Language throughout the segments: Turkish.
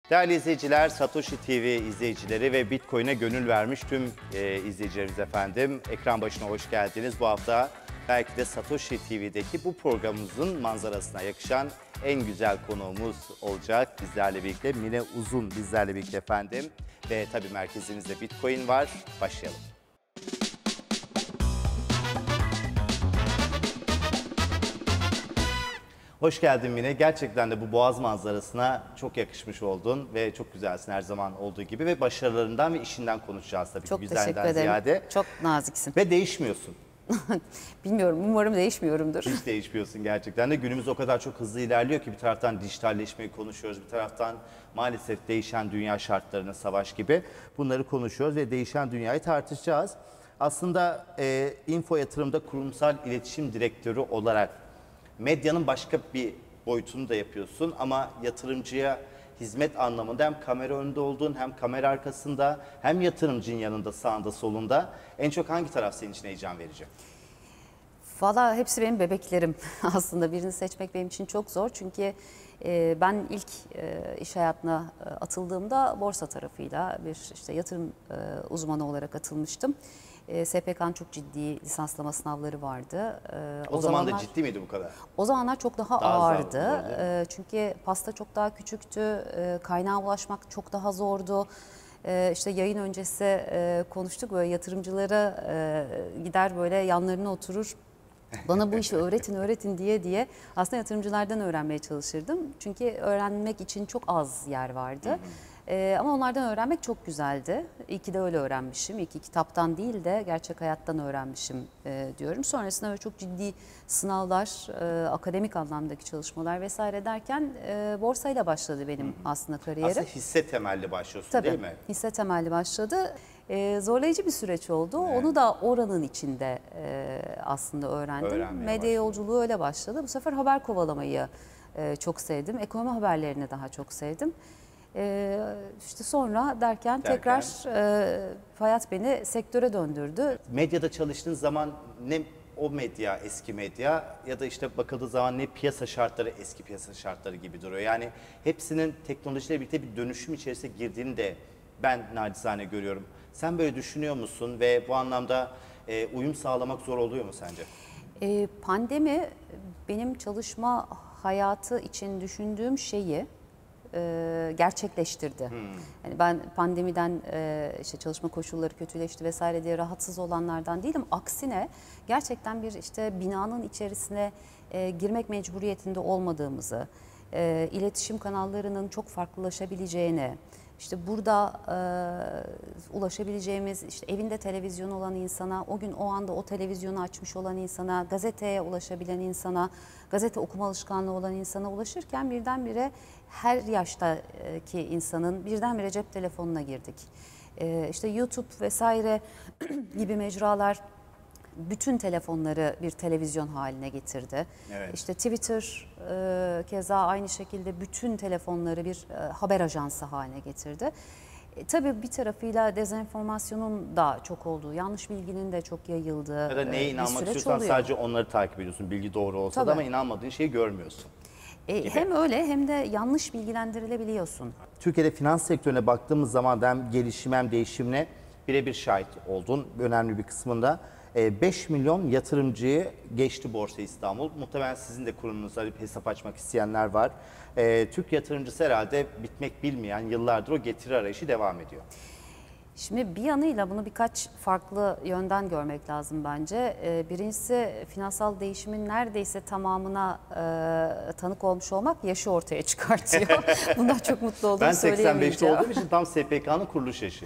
Değerli izleyiciler, Satoshi TV izleyicileri ve Bitcoin'e gönül vermiş tüm izleyicilerimiz efendim. Ekran başına hoş geldiniz. Bu hafta belki de Satoshi TV'deki bu programımızın manzarasına yakışan en güzel konuğumuz olacak. Bizlerle birlikte Mine Uzun bizlerle birlikte efendim. Ve tabii merkezimizde Bitcoin var. Başlayalım. Hoş geldin Mine. Gerçekten de bu Boğaz manzarasına çok yakışmış oldun ve çok güzelsin her zaman olduğu gibi ve başarılarından ve işinden konuşacağız tabii çok ki güzelden teşekkür ederim. Ziyade. Çok naziksin. Ve değişmiyorsun. Bilmiyorum, umarım değişmiyorumdur. Hiç değişmiyorsun gerçekten de. Günümüz o kadar çok hızlı ilerliyor ki bir taraftan dijitalleşmeyi konuşuyoruz, bir taraftan maalesef değişen dünya şartlarına savaş gibi bunları konuşuyoruz ve değişen dünyayı tartışacağız. Aslında Info Yatırım'da kurumsal iletişim direktörü olarak medyanın başka bir boyutunu da yapıyorsun ama yatırımcıya hizmet anlamında hem kamera önünde olduğun hem kamera arkasında hem yatırımcının yanında sağında solunda en çok hangi taraf senin için heyecan verici? Valla hepsi benim bebeklerim aslında. Birini seçmek benim için çok zor çünkü ben ilk iş hayatına atıldığımda borsa tarafıyla bir yatırım uzmanı olarak atılmıştım. SPK'nın çok ciddi lisanslama sınavları vardı. O zaman da ciddi miydi bu kadar? O zamanlar çok daha ağırdı. Çünkü pasta çok daha küçüktü, kaynağa ulaşmak çok daha zordu. İşte yayın öncesi konuştuk, böyle yatırımcılara gider böyle yanlarına oturur. Bana bu işi öğretin diye aslında yatırımcılardan öğrenmeye çalışırdım. Çünkü öğrenmek için çok az yer vardı. Ama onlardan öğrenmek çok güzeldi. İyi ki de öyle öğrenmişim. İyi ki kitaptan değil de gerçek hayattan öğrenmişim diyorum. Sonrasında böyle çok ciddi sınavlar, akademik anlamdaki çalışmalar vesaire derken borsayla başladı benim aslında kariyerim. Aslında hisse temelli başlıyorsun Tabii, değil mi? Hisse temelli başladı. Zorlayıcı bir süreç oldu. Evet. Onu da oranın içinde aslında öğrendim. Medya yolculuğu öyle başladı. Bu sefer haber kovalamayı çok sevdim. Ekonomi haberlerini daha çok sevdim. İşte sonra derken tekrar hayat beni sektöre döndürdü. Medyada çalıştığın zaman ne o medya eski medya ya da işte bakıldığı zaman ne piyasa şartları eski piyasa şartları gibi duruyor. Yani hepsinin teknolojiyle birlikte bir dönüşüm içerisine girdiğini de ben nacizane görüyorum. Sen böyle düşünüyor musun ve bu anlamda uyum sağlamak zor oluyor mu sence? Pandemi benim çalışma hayatı için düşündüğüm şeyi gerçekleştirdi. Yani ben pandemiden işte çalışma koşulları kötüleşti vesaire diye rahatsız olanlardan değilim. Aksine gerçekten bir işte binanın içerisine girmek mecburiyetinde olmadığımızı, iletişim kanallarının çok farklılaşabileceğini, İşte burada ulaşabileceğimiz, işte evinde televizyon olan insana, o gün o anda o televizyonu açmış olan insana, gazeteye ulaşabilen insana, gazete okuma alışkanlığı olan insana ulaşırken birdenbire her yaştaki insanın birdenbire cep telefonuna girdik. İşte YouTube vesaire gibi mecralar bütün telefonları bir televizyon haline getirdi. Evet. İşte Twitter keza aynı şekilde bütün telefonları bir haber ajansı haline getirdi. Tabii bir tarafıyla dezenformasyonun da çok olduğu, yanlış bilginin de çok yayıldığı ya da neye inanmak istiyorsan sadece onları takip ediyorsun. Bilgi doğru olsa da ama inanmadığın şeyi görmüyorsun. Hem öyle hem de yanlış bilgilendirilebiliyorsun. Türkiye'de finans sektörüne baktığımız zaman hem gelişim hem değişimine birebir şahit oldun önemli bir kısmında. 5 milyon yatırımcıyı geçti Borsa İstanbul. Muhtemelen sizin de kurumunuzda bir hesap açmak isteyenler var. Türk yatırımcısı herhalde bitmek bilmeyen yıllardır o getiri arayışı devam ediyor. Şimdi bir yanıyla bunu birkaç farklı yönden görmek lazım bence. Birincisi finansal değişimin neredeyse tamamına tanık olmuş olmak yaşı ortaya çıkartıyor. Bundan çok mutlu olduğumu söyleyemeyeceğim. Ben 85'te olduğum için tam SPK'nın kuruluş yaşı.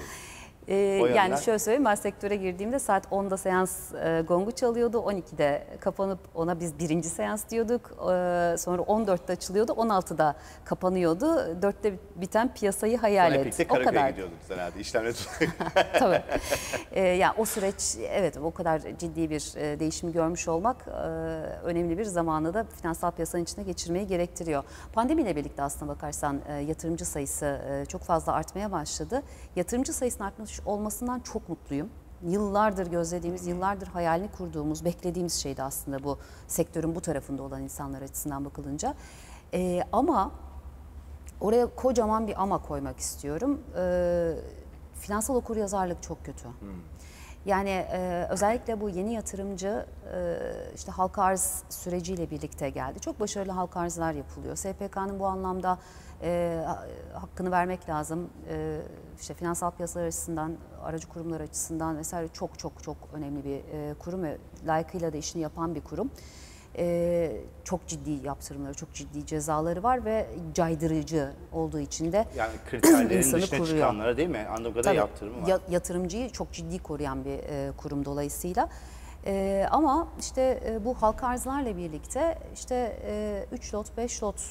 Yani şöyle söyleyeyim, ben sektöre girdiğimde saat 10'da seans gongu çalıyordu, 12'de kapanıp ona biz birinci seans diyorduk, sonra 14'te açılıyordu, 16'da kapanıyordu, 4'te biten piyasayı hayal et. O kadar. Karaköy'e gidiyorduk herhalde işlemle tutmak. Tabii. Yani o süreç evet o kadar ciddi bir değişimi görmüş olmak önemli bir zamanı da finansal piyasanın içine geçirmeyi gerektiriyor. Pandemiyle birlikte aslına bakarsan yatırımcı sayısı çok fazla artmaya başladı. Yatırımcı sayısının artmış olmasından çok mutluyum. Yıllardır gözlediğimiz, yıllardır hayalini kurduğumuz, beklediğimiz şeydi aslında bu sektörün bu tarafında olan insanlar açısından bakılınca. Ama Oraya kocaman bir ama koymak istiyorum. Finansal okuryazarlık çok kötü. Yani özellikle bu yeni yatırımcı işte halka arz süreciyle birlikte geldi. Çok başarılı halka arzlar yapılıyor. SPK'nın bu anlamda hakkını vermek lazım. İşte finansal piyasalar açısından, aracı kurumlar açısından vesaire çok çok çok önemli bir kurum ve layıkıyla da işini yapan bir kurum. Çok ciddi yaptırımları, çok ciddi cezaları var ve caydırıcı olduğu için de Yani kriterlerin insanı dışına koruyor. çıkanlara değil mi? Anladığım kadarıyla yaptırımı var. Yatırımcıyı çok ciddi koruyan bir kurum dolayısıyla. Ama işte bu halka arzlarla birlikte işte 3 lot 5 lot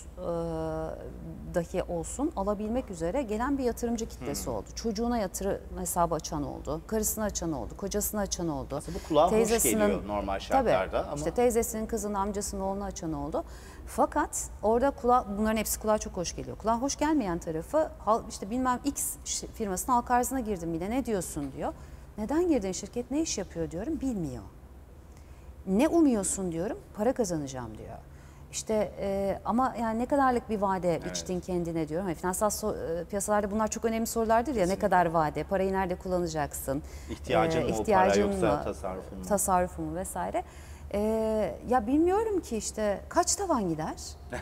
dahi olsun alabilmek üzere gelen bir yatırımcı kitlesi oldu. Çocuğuna yatırım hesabı açan oldu, karısına açan oldu, kocasına açan oldu. Aslında bu kulağa hoş geliyor normal şartlarda tabii, ama işte teyzesinin, kızının, amcasının, oğlunu açan oldu. Fakat orada bunların hepsi kulağa çok hoş geliyor. Kulağa hoş gelmeyen tarafı işte bilmem X firmasının halka arzına girdim bile, ne diyorsun diyor. Neden girdin, şirket ne iş yapıyor diyorum, bilmiyor. Ne umuyorsun diyorum, para kazanacağım diyor. İşte ama yani ne kadarlık bir vade biçtin kendine diyorum. Yani finansal piyasalarda bunlar çok önemli sorulardır ya. Kesinlikle. Ne kadar vade, parayı nerede kullanacaksın? İhtiyacın mı o para yoksa tasarrufun mu? Tasarrufun mu vesaire. Ya bilmiyorum ki işte kaç tavan gider?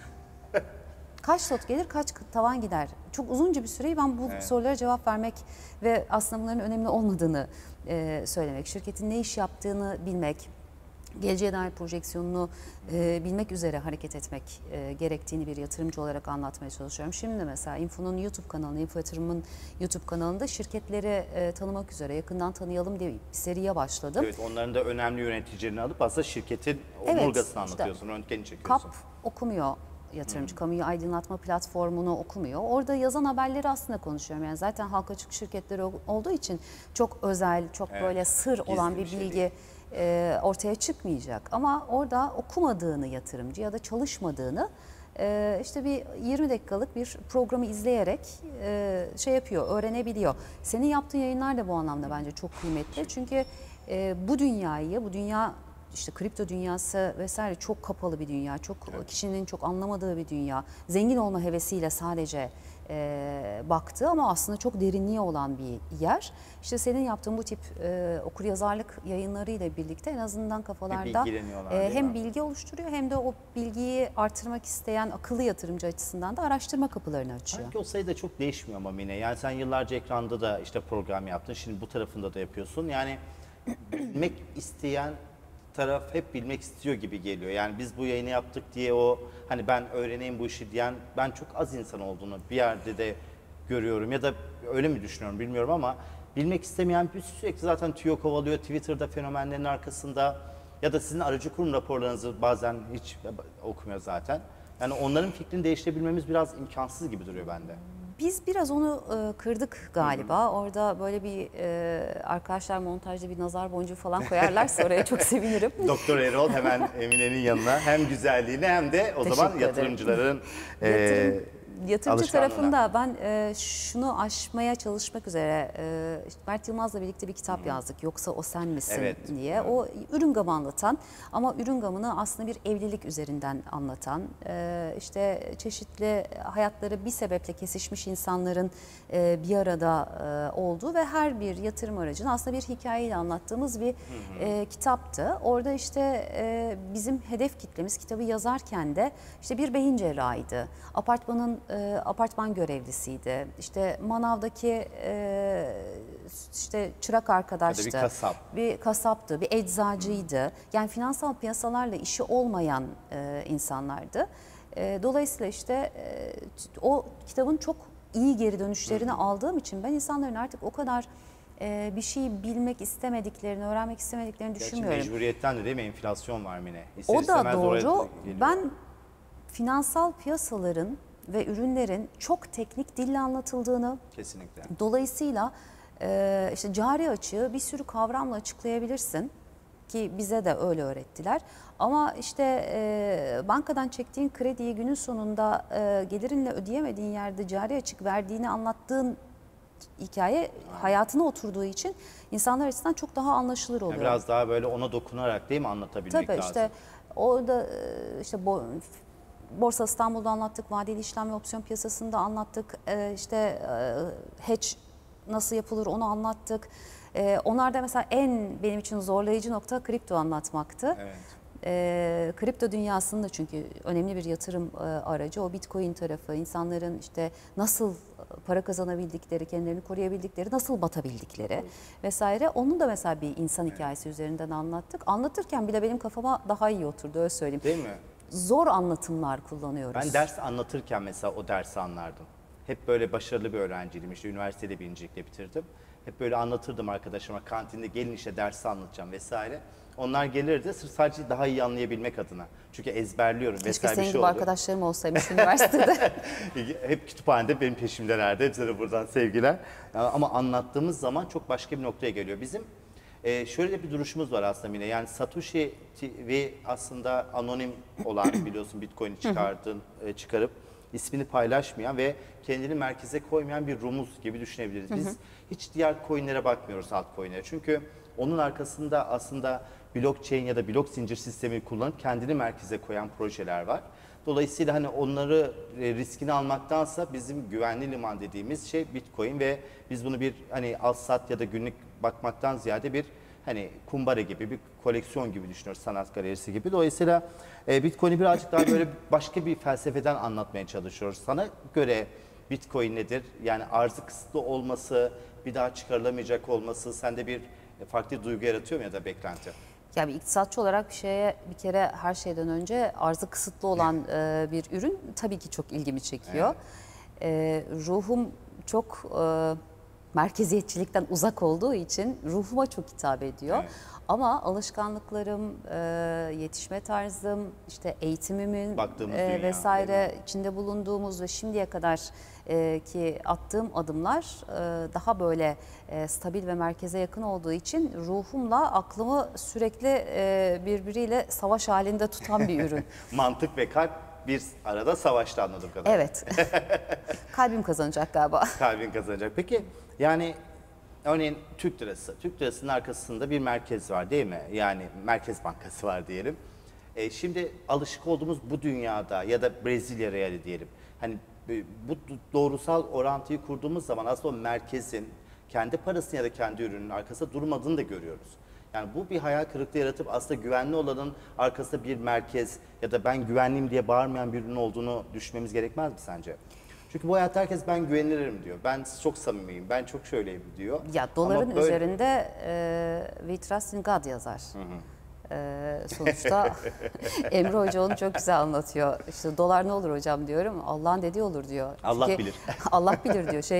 Kaç lot gelir, kaç tavan gider? Çok uzunca bir süreyi ben bu sorulara cevap vermek ve aslında bunların önemli olmadığını söylemek, şirketin ne iş yaptığını bilmek, geleceğe dair projeksiyonunu bilmek üzere hareket etmek gerektiğini bir yatırımcı olarak anlatmaya çalışıyorum. Şimdi mesela Info'nun YouTube kanalı, Info Yatırım'ın YouTube kanalında şirketleri tanımak üzere yakından tanıyalım diye bir seriye başladım. Evet, onların da önemli yöneticilerini alıp aslında şirketin omurgasını anlatıyorsun, röntgeni çekiyorsun. KAP okumuyor yatırımcı, kamuyu aydınlatma platformunu okumuyor. Orada yazan haberleri aslında konuşuyorum. Yani zaten halka açık şirketleri olduğu için çok özel, çok böyle sır olan bir bilgi ortaya çıkmayacak. Ama orada okumadığını yatırımcı ya da çalışmadığını işte bir 20 dakikalık bir programı izleyerek şey yapıyor, öğrenebiliyor. Senin yaptığın yayınlar da bu anlamda bence çok kıymetli. Çünkü bu dünya işte kripto dünyası vesaire çok kapalı bir dünya, çok kişinin çok anlamadığı bir dünya. Zengin olma hevesiyle sadece baktı ama aslında çok derinliği olan bir yer. İşte senin yaptığın bu tip okuryazarlık yayınlarıyla birlikte en azından kafalarda hem bilgi oluşturuyor hem de o bilgiyi artırmak isteyen akıllı yatırımcı açısından da araştırma kapılarını açıyor. Sanki o sayı da çok değişmiyor ama Mine. Yani sen yıllarca ekranda da işte program yaptın, şimdi bu tarafında da yapıyorsun. Yani bilmek isteyen taraf hep bilmek istiyor gibi geliyor. Yani biz bu yayını yaptık diye o hani ben öğreneyim bu işi diyen ben çok az insan olduğunu bir yerde de görüyorum ya da öyle mi düşünüyorum bilmiyorum ama bilmek istemeyen bir sürekli zaten tüyo kovalıyor Twitter'da fenomenlerin arkasında ya da sizin aracı kurum raporlarınızı bazen hiç okumuyor zaten. Yani onların fikrini değiştirebilmemiz biraz imkansız gibi duruyor bende. Biz biraz onu kırdık galiba. Orada böyle bir arkadaşlar montajda bir nazar boncuğu falan koyarlarsa oraya çok sevinirim. Doktor Erol hemen Emine'nin yanına hem güzelliğini hem de o zaman yatırımcıların yatırımcı tarafında ben şunu aşmaya çalışmak üzere işte Mert Yılmaz'la birlikte bir kitap yazdık. Yoksa o sen misin diye. O ürün gamı anlatan ama ürün gamını aslında bir evlilik üzerinden anlatan işte çeşitli hayatları bir sebeple kesişmiş insanların bir arada olduğu ve her bir yatırım aracını aslında bir hikayeyle anlattığımız bir kitaptı. Orada işte bizim hedef kitlemiz kitabı yazarken de işte bir beyin cerrahıydı. Apartman görevlisiydi. İşte manavdaki işte çırak arkadaştı. Bir kasap. Bir kasaptı, bir eczacıydı. Yani finansal piyasalarla işi olmayan insanlardı. Dolayısıyla işte o kitabın çok iyi geri dönüşlerini aldığım için ben insanların artık o kadar bir şeyi bilmek istemediklerini, öğrenmek istemediklerini düşünmüyorum. Mecburiyetten de değil mi? Enflasyon var mı ne? O da doğru. Ben finansal piyasaların ve ürünlerin çok teknik dille anlatıldığını, kesinlikle. Dolayısıyla işte cari açığı bir sürü kavramla açıklayabilirsin ki bize de öyle öğrettiler. Ama işte bankadan çektiğin krediyi günün sonunda gelirinle ödeyemediğin yerde cari açık verdiğini anlattığın hikaye hayatına oturduğu için insanlar açısından çok daha anlaşılır oluyor. Yani biraz daha böyle ona dokunarak değil mi anlatabilmek lazım? Tabii işte orada işte Borsa İstanbul'da anlattık, vadeli işlem ve opsiyon piyasasında anlattık, hedge nasıl yapılır onu anlattık. Onlarda mesela en benim için zorlayıcı nokta kripto anlatmaktı. Evet. Kripto dünyasında çünkü önemli bir yatırım aracı o Bitcoin tarafı, insanların işte nasıl para kazanabildikleri, kendilerini koruyabildikleri, nasıl batabildikleri vesaire. Onun da mesela bir insan hikayesi üzerinden anlattık. Anlatırken bile benim kafama daha iyi oturdu, öyle söyleyeyim. Değil mi? Zor anlatımlar kullanıyoruz. Ben ders anlatırken mesela o dersi anlardım. Hep böyle başarılı bir öğrenciydim. İşte üniversitede birincilikle bitirdim. Hep böyle anlatırdım arkadaşıma, kantinde gelin işte dersi anlatacağım vesaire. Onlar gelirdi sırf sadece daha iyi anlayabilmek adına. Çünkü ezberliyorum Keşke vesaire bir senin şey gibi oluyor. arkadaşlarım olsaymış üniversitede. Hep kütüphanede benim peşimdelerdi. Hepsine buradan sevgiler. Ama anlattığımız zaman çok başka bir noktaya geliyor. Bizim şöyle bir duruşumuz var aslında yine. Yani Satoshi ve aslında anonim olan biliyorsun Bitcoin'i çıkarıp ismini paylaşmayan ve kendini merkeze koymayan bir rumuz gibi düşünebiliriz. Biz hiç diğer coinlere bakmıyoruz, altcoinlere. Çünkü onun arkasında aslında blockchain ya da blok zincir sistemi kullanıp kendini merkeze koyan projeler var. Dolayısıyla hani onları riskini almaktansa bizim güvenli liman dediğimiz şey Bitcoin ve biz bunu bir hani al sat ya da günlük bakmaktan ziyade bir hani kumbara gibi bir koleksiyon gibi düşünüyoruz, sanat galerisi gibi. Dolayısıyla Bitcoin'i birazcık daha böyle başka bir felsefeden anlatmaya çalışıyoruz. Sana göre Bitcoin nedir? Yani arzı kısıtlı olması, bir daha çıkarılamayacak olması sende bir farklı duygu yaratıyor mu ya da beklenti? Ya bir iktisatçı olarak bir kere her şeyden önce arzı kısıtlı olan bir ürün tabii ki çok ilgimi çekiyor. Ruhum çok merkeziyetçilikten uzak olduğu için ruhuma çok hitap ediyor. Evet. Ama alışkanlıklarım, yetişme tarzım, işte eğitimimin vesaire içinde bulunduğumuz ve şimdiye kadar ki attığım adımlar daha böyle stabil ve merkeze yakın olduğu için ruhumla aklımı sürekli birbiriyle savaş halinde tutan bir ürün. Mantık ve kalp bir arada savaşta anladığım kadarıyla. Evet. Kalbim kazanacak galiba. Kalbin kazanacak. Peki yani örneğin Türk lirası. Türk lirasının arkasında bir merkez var değil mi? Yani Merkez Bankası var diyelim. Şimdi alışık olduğumuz bu dünyada ya da Brezilya reali diyelim. Hani bu doğrusal orantıyı kurduğumuz zaman aslında o merkezin kendi parasının ya da kendi ürünün arkasında durmadığını da görüyoruz. Yani bu bir hayal kırıklığı yaratıp aslında güvenli olanın arkasında bir merkez ya da ben güvenliyim diye bağırmayan bir ürün olduğunu düşünmemiz gerekmez mi sence? Çünkü bu hayatta herkes ben güvenirim diyor. Ben çok samimiyim, ben çok şöyleyim diyor. Ya doların üzerinde We Trust in God yazar. Sonuçta Emre Hoca onu çok güzel anlatıyor. İşte dolar ne olur hocam diyorum. Allah'ın dediği olur diyor. Allah Çünkü bilir. Allah bilir diyor.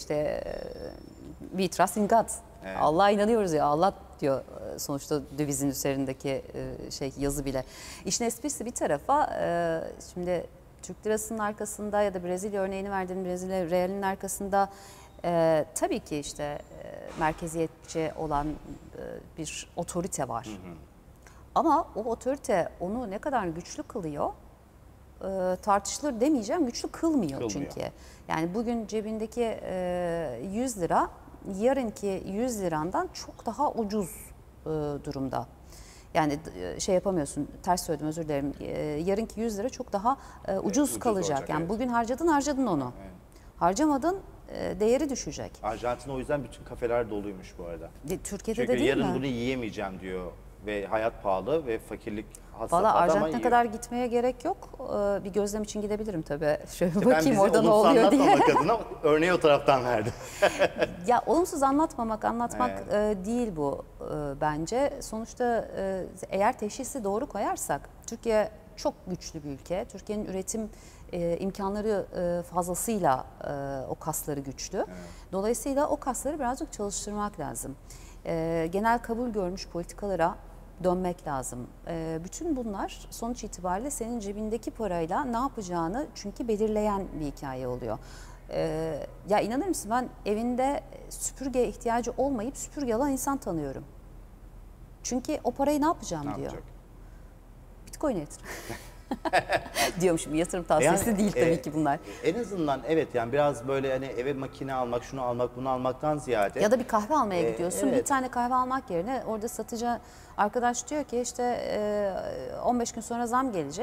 We trust in God. Evet. Allah'a inanıyoruz ya. Allah diyor sonuçta dövizin üzerindeki yazı bile. İşin esprisi bir tarafa şimdi Türk lirasının arkasında ya da Brezilya örneğini verdiğim Brezilya realinin arkasında tabii ki işte merkeziyetçi olan bir otorite var. Ama o otorite onu ne kadar güçlü kılıyor tartışılır demeyeceğim, güçlü kılmıyor çünkü. Yani bugün cebindeki 100 lira yarınki 100 lirandan çok daha ucuz durumda. Yani yapamıyorsun, ters söyledim özür dilerim. Yarınki 100 lira çok daha ucuz kalacak. Olacak, yani bugün harcadın onu. Evet. Harcamadın değeri düşecek. Arjantin o yüzden bütün kafeler doluymuş bu arada. Türkiye'de çünkü de değil mi? Çünkü yarın bunu yiyemeyeceğim diyor ve hayat pahalı ve fakirlik hastalığı. Valla Arjantin'e kadar gitmeye gerek yok. Bir gözlem için gidebilirim tabii. Şöyle bakayım orada ne oluyor diye. Ben bize olumsuz anlatmamak adına örneği o taraftan verdim. Ya olumsuz anlatmak değil bu bence. Sonuçta eğer teşhisi doğru koyarsak, Türkiye çok güçlü bir ülke. Türkiye'nin üretim imkanları fazlasıyla o kasları güçlü. Evet. Dolayısıyla o kasları birazcık çalıştırmak lazım. Genel kabul görmüş politikalara dönmek lazım. Bütün bunlar sonuç itibariyle senin cebindeki parayla ne yapacağını çünkü belirleyen bir hikaye oluyor. Ya inanır mısın, ben evinde süpürgeye ihtiyacı olmayıp süpürge alan insan tanıyorum. Çünkü o parayı ne yapacağım diyor. Bitcoin'e yatır. Diyormuşum, yatırım tavsiyesi yani, değil tabii ki bunlar. En azından evet, yani biraz böyle hani eve makine almak, şunu almak, bunu almaktan ziyade. Ya da bir kahve almaya gidiyorsun. Evet. Bir tane kahve almak yerine orada satıcı arkadaş diyor ki işte 15 gün sonra zam gelecek.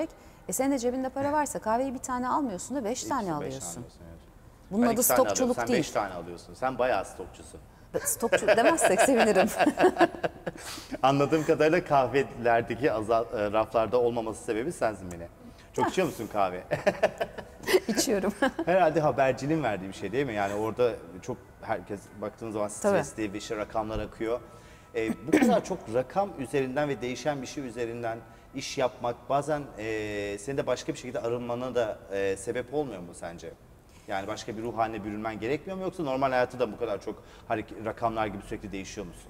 Senin de cebinde para varsa kahveyi bir tane almıyorsun da 5 tane Beş alıyorsun. evet. Bunun Ben adı 2 tane alıyorum, stokçuluk sen değil. 5 tane alıyorsun. Sen bayağı stokçusun. Stokçu demezsek sevinirim. Anladığım kadarıyla kahvelerdeki raflarda olmaması sebebi sensin Mine. Çok içiyor musun kahve? İçiyorum. Herhalde haberciliğin verdiği bir şey değil mi? Yani orada çok herkes baktığınız zaman Tabii. stresli, bir şey rakamlar akıyor. Bu kadar çok rakam üzerinden ve değişen bir şey üzerinden iş yapmak bazen senin de başka bir şekilde arınmana da sebep olmuyor mu sence? Yani başka bir ruh haline bürünmen gerekmiyor mu yoksa normal hayatta da bu kadar çok rakamlar gibi sürekli değişiyor musun?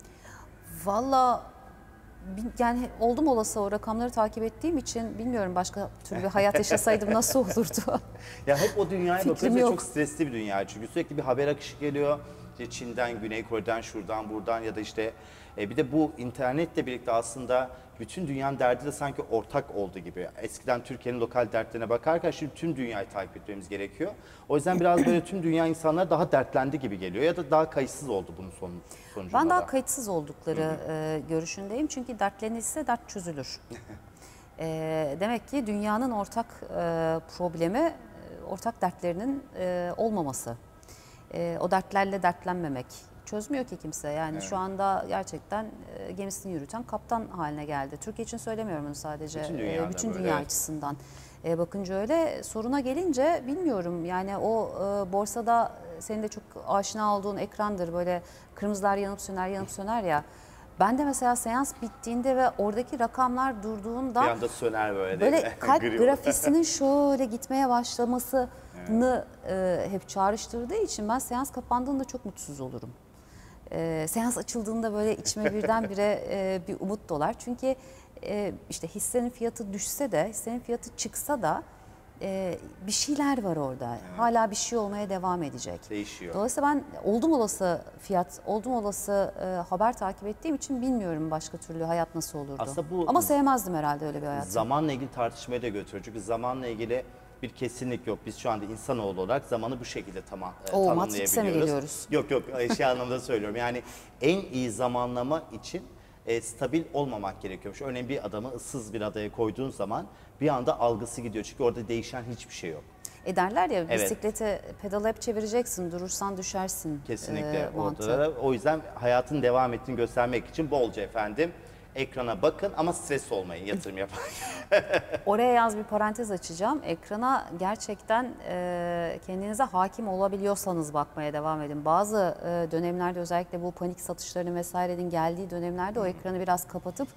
Valla yani oldum olası o rakamları takip ettiğim için bilmiyorum başka türlü bir hayat yaşasaydım nasıl olurdu. Ya hep o dünyaya Fikrim bakıyoruz ve yok. çok stresli bir dünya çünkü sürekli bir haber akışı geliyor. İşte Çin'den, Güney Kore'den, şuradan, buradan ya da işte bir de bu internetle birlikte aslında bütün dünyanın derdi de sanki ortak oldu gibi. Eskiden Türkiye'nin lokal dertlerine bakarken şimdi tüm dünyayı takip etmemiz gerekiyor. O yüzden biraz böyle tüm dünya insanlar daha dertlendi gibi geliyor ya da daha kayıtsız oldu bunun sonucunda Ben da. daha kayıtsız oldukları görüşündeyim çünkü dertlenirse dert çözülür. Demek ki dünyanın ortak problemi ortak dertlerinin olmaması. O dertlerle dertlenmemek. Çözmüyor ki kimse. Yani Evet. şu anda gerçekten gemisini yürüten kaptan haline geldi. Türkiye için söylemiyorum bunu sadece. Bütün dünyada Bütün böyle, dünya evet. açısından. Bakınca öyle. Soruna gelince bilmiyorum. Yani o borsada senin de çok aşina olduğun ekrandır. Böyle kırmızılar yanıp söner yanıp söner ya. Ben de mesela seans bittiğinde ve oradaki rakamlar durduğunda Bir anda söner böyle değil mi? böyle kalp Gri olur. grafisinin şöyle gitmeye başlamasını hep çağrıştırdığı için ben seans kapandığında çok mutsuz olurum. Seans açıldığında böyle içime birdenbire bir umut dolar. Çünkü işte hissenin fiyatı düşse de, hissenin fiyatı çıksa da bir şeyler var orada. Hala bir şey olmaya devam edecek. Değişiyor. Dolayısıyla ben oldum olası fiyat, oldum olası haber takip ettiğim için bilmiyorum başka türlü hayat nasıl olurdu. Aslında bu Ama sevmezdim herhalde öyle bir hayatı. zamanla ilgili tartışmaya da götürüyor. Çünkü zamanla ilgili bir kesinlik yok. Biz şu anda insanoğlu olarak zamanı bu şekilde Matrix'e mi tanımlayabiliyoruz. geliyoruz? Yok şey anlamda söylüyorum. Yani en iyi zamanlama için stabil olmamak gerekiyormuş. Örneğin bir adamı ıssız bir adaya koyduğun zaman bir anda algısı gidiyor. Çünkü orada değişen hiçbir şey yok. Derler ya Evet. bisiklete pedalı hep çevireceksin, durursan düşersin. Kesinlikle Mantığı. orada. O yüzden hayatın devam ettiğini göstermek için bolca efendim ekrana bakın ama stres olmayın yatırım yaparken. Oraya yaz bir parantez açacağım. Ekrana gerçekten kendinize hakim olabiliyorsanız bakmaya devam edin. Bazı dönemlerde özellikle bu panik satışlarının vesairenin geldiği dönemlerde o ekranı biraz kapatıp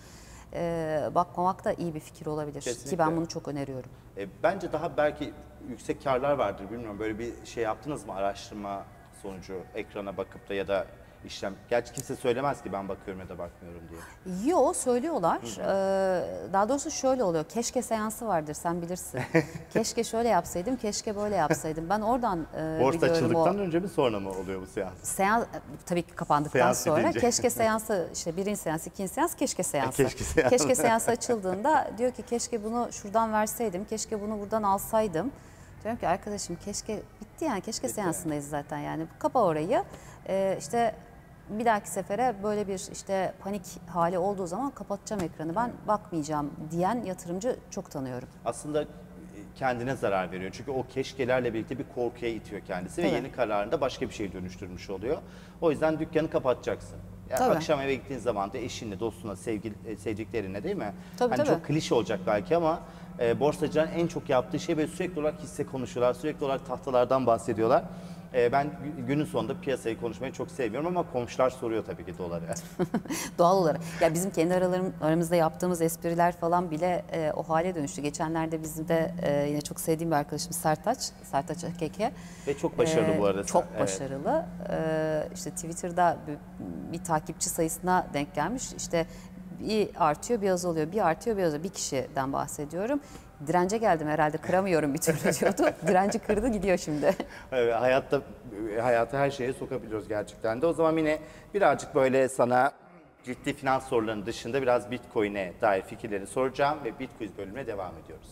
bakmamak da iyi bir fikir olabilir. Kesinlikle. Ki ben bunu çok öneriyorum. Bence daha belki yüksek karlar vardır bilmiyorum. Böyle bir şey yaptınız mı araştırma sonucu ekrana bakıp da ya da işlem. Gerçi kimse söylemez ki ben bakıyorum ya da bakmıyorum diye. Yo söylüyorlar. Daha doğrusu şöyle oluyor. Keşke seansı vardır sen bilirsin. Keşke şöyle yapsaydım, keşke böyle yapsaydım. Ben oradan Borsa biliyorum açıldıktan o önce mi sonra mı oluyor bu seans? seans tabii ki kapandıktan Seans sonra bitince. keşke seansı işte birinci seans, ikinci seans keşke seansı. Keşke seansı. Keşke seansı açıldığında diyor ki keşke bunu şuradan verseydim, keşke bunu buradan alsaydım. Diyorum ki arkadaşım keşke bitti yani keşke seansındayız zaten yani kapa orayı. İşte bir dahaki sefere böyle bir işte panik hali olduğu zaman kapatacağım ekranı ben bakmayacağım diyen yatırımcı çok tanıyorum. Aslında kendine zarar veriyor. Çünkü o keşkelerle birlikte bir korkuya itiyor kendisi ve Tabii. yeni kararında başka bir şey dönüştürmüş oluyor. O yüzden dükkanı kapatacaksın. Yani Tabii. akşam eve gittiğin zaman da eşinle, dostuna, sevdiklerine değil mi? Tabii, Hani tabii. çok klişe olacak belki ama borsacıların en çok yaptığı şey böyle sürekli olarak hisse konuşuyorlar, sürekli olarak tahtalardan bahsediyorlar. Ben günün sonunda piyasayı konuşmayı çok sevmiyorum ama komşular soruyor tabii ki doları. Doğal olarak. Ya bizim kendi aramızda yaptığımız espriler falan bile o hale dönüştü. Geçenlerde bizim de yine çok sevdiğim bir arkadaşım Sertaç Akeke. Ve çok başarılı bu arada. Çok Evet. başarılı. İşte Twitter'da bir takipçi sayısına denk gelmiş. İşte bir artıyor bir azalıyor, bir artıyor bir azalıyor. Bir kişiden bahsediyorum. Dirence geldim herhalde kıramıyorum bir türlü diyordu. Direnci kırdı gidiyor şimdi. Evet, hayatı her şeye sokabiliyoruz gerçekten de. O zaman yine birazcık böyle sana ciddi finans sorularının dışında biraz Bitcoin'e dair fikirleri soracağım ve Bitcoin bölümüne devam ediyoruz.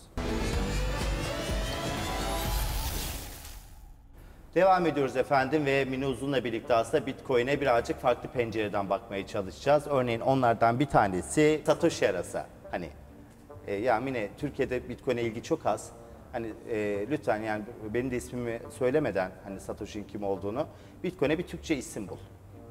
Devam ediyoruz efendim ve Mine Uzun'la birlikte aslında Bitcoin'e birazcık farklı pencereden bakmaya çalışacağız. Örneğin onlardan bir tanesi Satoshi Arasa. Hani Ya Mine, Türkiye'de Bitcoin'e ilgi çok az. Hani lütfen yani benim de ismimi söylemeden hani Satoshi'nin kim olduğunu, Bitcoin'e bir Türkçe isim bul.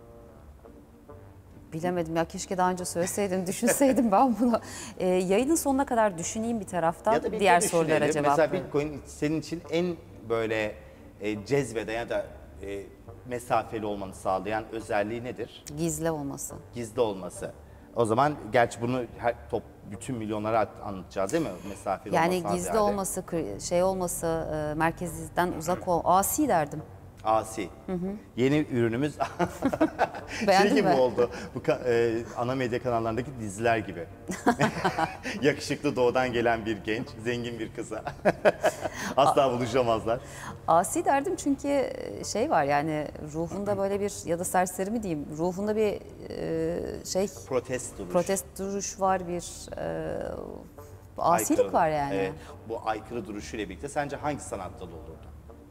Bilemedim ya, keşke daha önce söyleseydim, düşünseydim ben bunu. Yayının sonuna kadar düşüneyim bir taraftan, Ya da bir diğer de sorulara düşünelim. cevap Mesela vereyim. Bitcoin senin için en böyle cezbeden ya da mesafeli olmanı sağlayan özelliği nedir? Gizli olması. Gizli olması. O zaman gerçi bunu bütün milyonlara anlatacağız değil mi? Mesafeli Yani olmasından gizli ziyade. olması, şey olması, merkezden uzak asi derdim. Asi. Yeni ürünümüz Beğendin gibi mi? oldu. Bu ana medya kanallarındaki diziler gibi. Yakışıklı doğudan gelen bir genç, zengin bir kıza. Asla buluşamazlar. Asi derdim çünkü şey var yani ruhunda böyle bir, ya da serseri mi diyeyim, ruhunda bir şey, Protest duruş. protest duruş var, bir asilik Aykırı. var yani. Evet, bu aykırı duruşuyla birlikte sence hangi sanat dalı olurdu?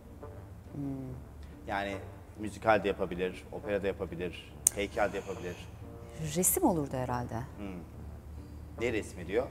Yani müzikal de yapabilir, opera da yapabilir, heykel de yapabilir. Resim olurdu herhalde. Ne resmediyor?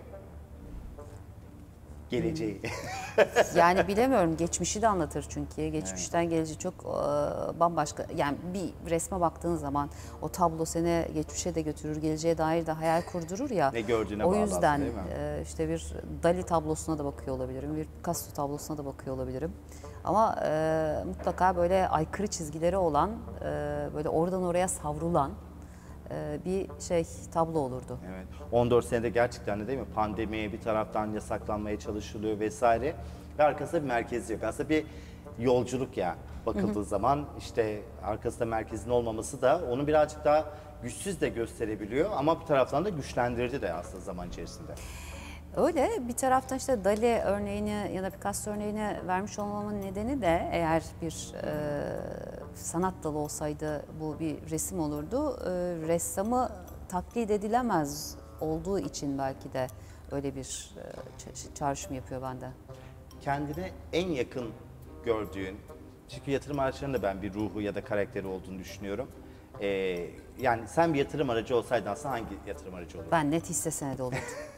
Geleceği. Yani bilemiyorum, geçmişi de anlatır çünkü. Geçmişten geleceği çok bambaşka. Yani bir resme baktığın zaman o tablo seni geçmişe de götürür, geleceğe dair de hayal kurdurur ya. Ne gördüğüne O bağlı yüzden aslında, değil mi? işte bir Dali tablosuna da bakıyor olabilirim, bir Picasso tablosuna da bakıyor olabilirim. Ama mutlaka böyle aykırı çizgileri olan, böyle oradan oraya savrulan bir şey, tablo olurdu. Evet. 14 senede gerçekten de değil mi? Pandemiye bir taraftan yasaklanmaya çalışılıyor vesaire. Ve arkasında bir merkezi yok. Aslında bir yolculuk ya bakıldığı zaman işte arkasında merkezin olmaması da onu birazcık daha güçsüz de gösterebiliyor ama bir taraftan da güçlendirdi de aslında zaman içerisinde. Öyle, bir taraftan işte Dali örneğini ya da Picasso örneğini vermiş olmamın nedeni de, eğer bir sanat dalı olsaydı bu bir resim olurdu. Ressamı taklit edilemez olduğu için belki de öyle bir çağrışım yapıyor bende. Kendine en yakın gördüğün, çünkü yatırım araçlarının da ben bir ruhu ya da karakteri olduğunu düşünüyorum. Yani sen bir yatırım aracı olsaydın aslında hangi yatırım aracı olurdun? Ben net hisse senedi olurdu.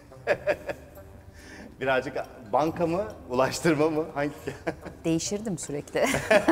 Birazcık banka mı, ulaştırma mı? Hangi? Değişirdim sürekli.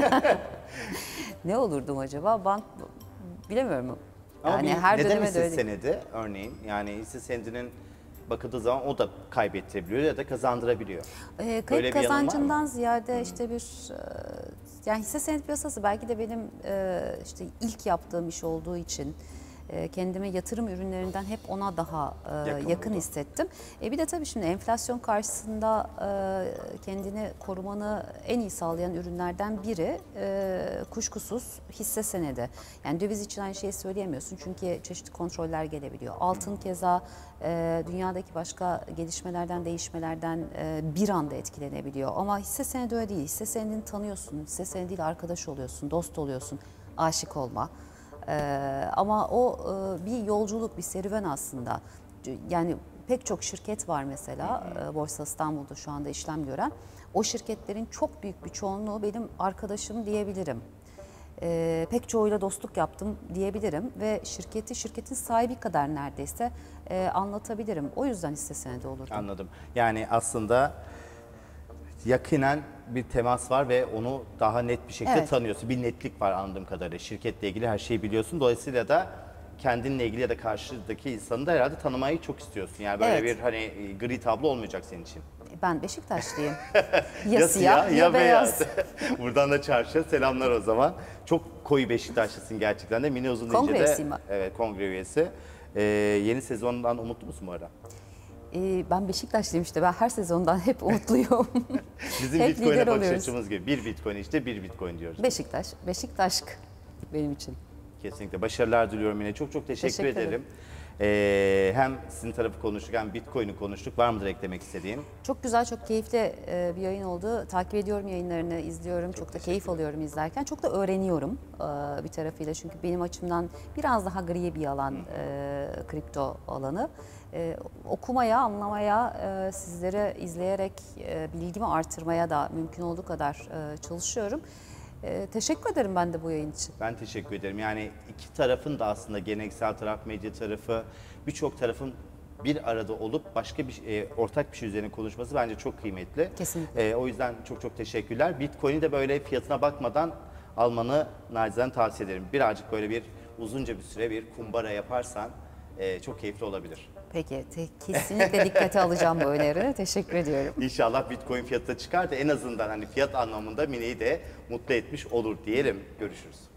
Ne olurdum acaba? Bank, bilemiyorum. Ama Yani bir, her neden döneme de hisse öyle. senedi örneğin? Yani hisse senedinin bakıldığı zaman o da kaybettirebiliyor ya da kazandırabiliyor. Böyle Kayıp bir yanı var mı? kazancından ziyade işte bir yani hisse senedi piyasası belki de benim işte ilk yaptığım iş olduğu için kendimi yatırım ürünlerinden hep ona daha yakın oldu. hissettim. Bir de tabii şimdi enflasyon karşısında kendini korumanı en iyi sağlayan ürünlerden biri kuşkusuz hisse senedi. Yani döviz için aynı şeyi söyleyemiyorsun çünkü çeşitli kontroller gelebiliyor. Altın keza dünyadaki başka gelişmelerden, değişmelerden bir anda etkilenebiliyor. Ama hisse senedi öyle değil. Hisse senedini tanıyorsun, hisse senediyle arkadaş oluyorsun, dost oluyorsun, aşık olma. Ama o bir yolculuk, bir serüven aslında. Yani pek çok şirket var mesela Borsa İstanbul'da şu anda işlem gören. O şirketlerin çok büyük bir çoğunluğu benim arkadaşım diyebilirim. Pek çoğuyla dostluk yaptım diyebilirim ve şirketin sahibi kadar neredeyse anlatabilirim. O yüzden hisse senedi olurdu. Anladım. Yani aslında yakinen bir temas var ve onu daha net bir şekilde Evet. tanıyorsun. Bir netlik var anladığım kadarıyla. Şirketle ilgili her şeyi biliyorsun. Dolayısıyla da kendinle ilgili ya da karşıdaki insanı da herhalde tanımayı çok istiyorsun. Yani böyle Evet. bir hani gri tablo olmayacak senin için. Ben Beşiktaşlıyım. Ya siyah ya beyaz. Buradan da çarşıya selamlar o zaman. Çok koyu Beşiktaşlısın gerçekten de. Mine Uzun Kongre Ince de üyesiyim ben. evet, kongre üyesi. Yeni sezondan umutlu musun bu arada? Ben Beşiktaşlıyım işte. Ben her sezondan hep umutluyum. Bizim Hep Bitcoin'e lider bakış oluyoruz. açımız gibi. Bir Bitcoin işte bir Bitcoin diyoruz. Beşiktaşk benim için. Kesinlikle. Başarılar diliyorum yine. Çok çok teşekkür Teşekkür ederim. Hem sizin tarafı konuştuk hem Bitcoin'i konuştuk. Var mıdır eklemek istediğin? Çok güzel, çok keyifli bir yayın oldu. Takip ediyorum yayınlarını, izliyorum. Çok da keyif alıyorum izlerken. Çok da öğreniyorum bir tarafıyla. Çünkü benim açımdan biraz daha gri bir alan kripto alanı. Okumaya, anlamaya, sizleri izleyerek bilgimi artırmaya da mümkün olduğu kadar çalışıyorum. Teşekkür ederim ben de bu yayın için. Ben teşekkür ederim. Yani iki tarafın da aslında geleneksel taraf, medya tarafı, birçok tarafın bir arada olup başka bir ortak bir şey üzerine konuşması bence çok kıymetli. Kesinlikle. O yüzden çok çok teşekkürler. Bitcoin'i de böyle fiyatına bakmadan almanı nacizane tavsiye ederim. Birazcık böyle bir uzunca bir süre bir kumbara yaparsan çok keyifli olabilir. Peki, kesinlikle dikkate alacağım bu öneri. Teşekkür ediyorum. İnşallah Bitcoin fiyatı da çıkar da en azından hani fiyat anlamında Mine'yi de mutlu etmiş olur diyelim. Görüşürüz.